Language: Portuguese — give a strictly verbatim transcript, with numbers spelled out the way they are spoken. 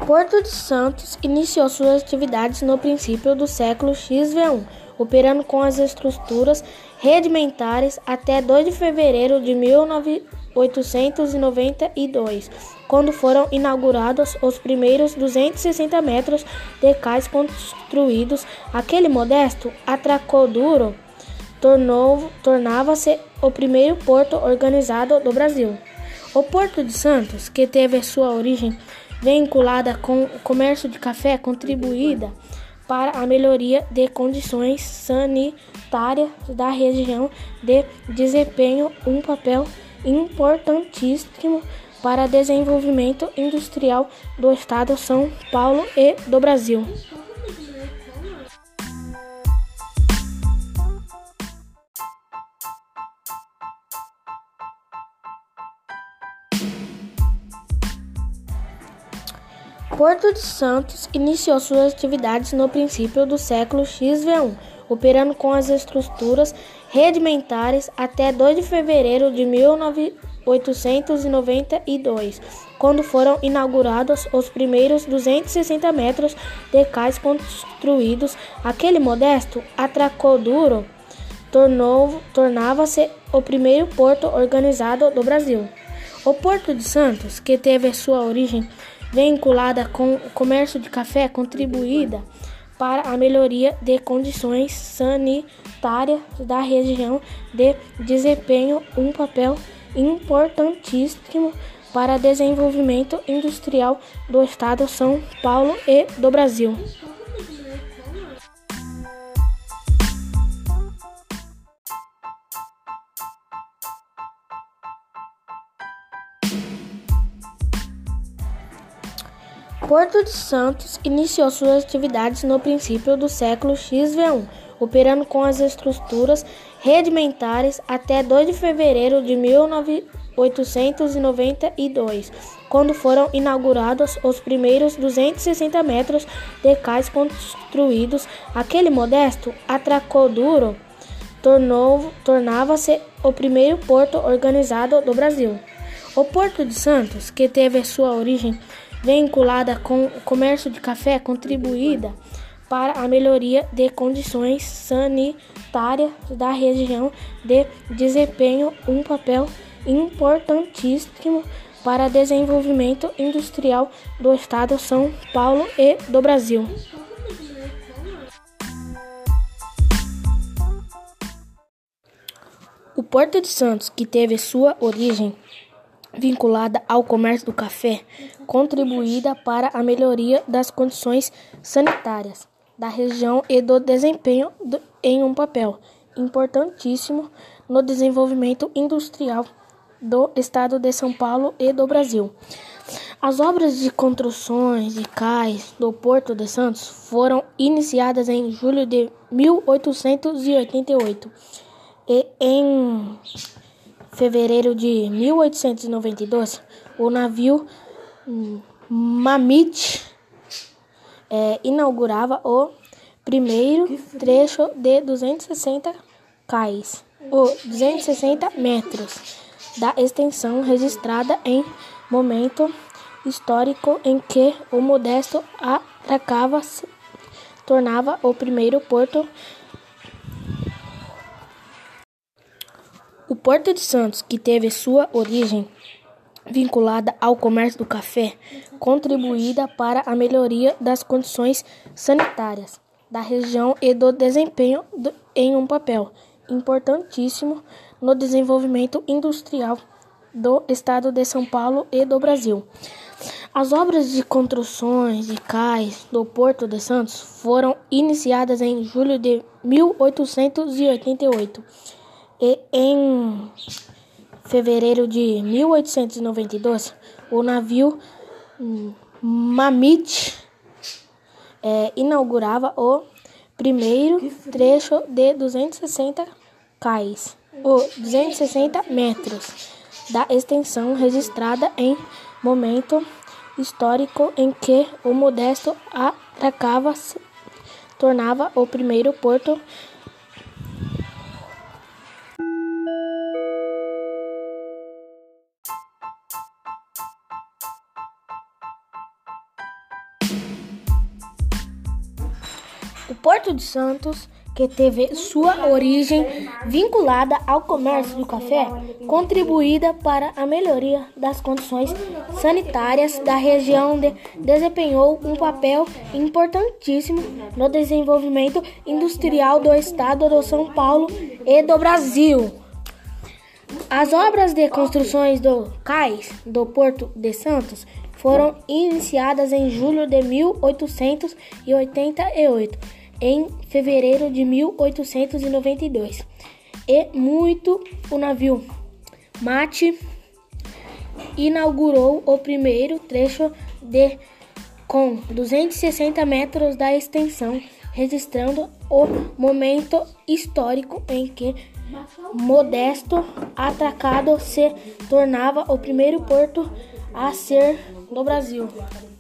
Porto de Santos iniciou suas atividades no princípio do século X V um, operando com as estruturas rudimentares até dois de fevereiro de mil oitocentos e noventa e dois, quando foram inaugurados os primeiros duzentos e sessenta metros de cais construídos. Aquele modesto atracodouro tornou, tornava-se o primeiro porto organizado do Brasil. O Porto de Santos, que teve sua origem vinculada com o comércio de café, contribuída para a melhoria de condições sanitárias da região, de desempenho um papel importantíssimo para o desenvolvimento industrial do estado de São Paulo e do Brasil. Porto de Santos iniciou suas atividades no princípio do século X V um, operando com as estruturas rudimentares até dois de fevereiro de mil oitocentos e noventa e dois, quando foram inaugurados os primeiros duzentos e sessenta metros de cais construídos. Aquele modesto atracodouro tornou, tornava-se o primeiro porto organizado do Brasil. O Porto de Santos, que teve sua origem vinculada com o comércio de café, contribuída para a melhoria de condições sanitárias da região, de desempenho um papel importantíssimo para o desenvolvimento industrial do estado de São Paulo e do Brasil. Porto de Santos iniciou suas atividades no princípio do século X V um, operando com as estruturas rudimentares até dois de fevereiro de mil oitocentos e noventa e dois, quando foram inaugurados os primeiros duzentos e sessenta metros de cais construídos. Aquele modesto atracodouro tornou, tornava-se o primeiro porto organizado do Brasil. O Porto de Santos, que teve sua origem vinculada com o comércio de café, contribuída para a melhoria de condições sanitárias da região, de desempenho um papel importantíssimo para o desenvolvimento industrial do estado de São Paulo e do Brasil. O Porto de Santos, que teve sua origem vinculada ao comércio do café, contribuída para a melhoria das condições sanitárias da região e do desempenho do, em um papel importantíssimo no desenvolvimento industrial do estado de São Paulo e do Brasil. As obras de construções de cais do Porto de Santos foram iniciadas em julho de mil oitocentos e oitenta e oito e em fevereiro de mil oitocentos e noventa e dois, o navio Mamute é, inaugurava o primeiro trecho de duzentos e sessenta cais, ou duzentos e sessenta metros, da extensão registrada em momento histórico em que o modesto atracava se tornava o primeiro porto. O Porto de Santos, que teve sua origem vinculada ao comércio do café, contribuída para a melhoria das condições sanitárias da região e do desempenho do, em um papel importantíssimo no desenvolvimento industrial do estado de São Paulo e do Brasil. As obras de construções de cais do Porto de Santos foram iniciadas em julho de mil oitocentos e oitenta e oito e em fevereiro de mil oitocentos e noventa e dois, o navio Mamute é, inaugurava o primeiro trecho de duzentos e sessenta cais, ou duzentos e sessenta metros, da extensão registrada em momento histórico em que o modesto atracava se tornava o primeiro porto. Porto de Santos, que teve sua origem vinculada ao comércio do café, contribuída para a melhoria das condições sanitárias da região, de, desempenhou um papel importantíssimo no desenvolvimento industrial do estado de São Paulo e do Brasil. As obras de construções do cais do Porto de Santos foram iniciadas em julho de mil oitocentos e oitenta e oito. Em fevereiro de mil oitocentos e noventa e dois, e muito o navio Mate inaugurou o primeiro trecho de com duzentos e sessenta metros da extensão, registrando o momento histórico em que Modesto Atracado se tornava o primeiro porto a ser no Brasil.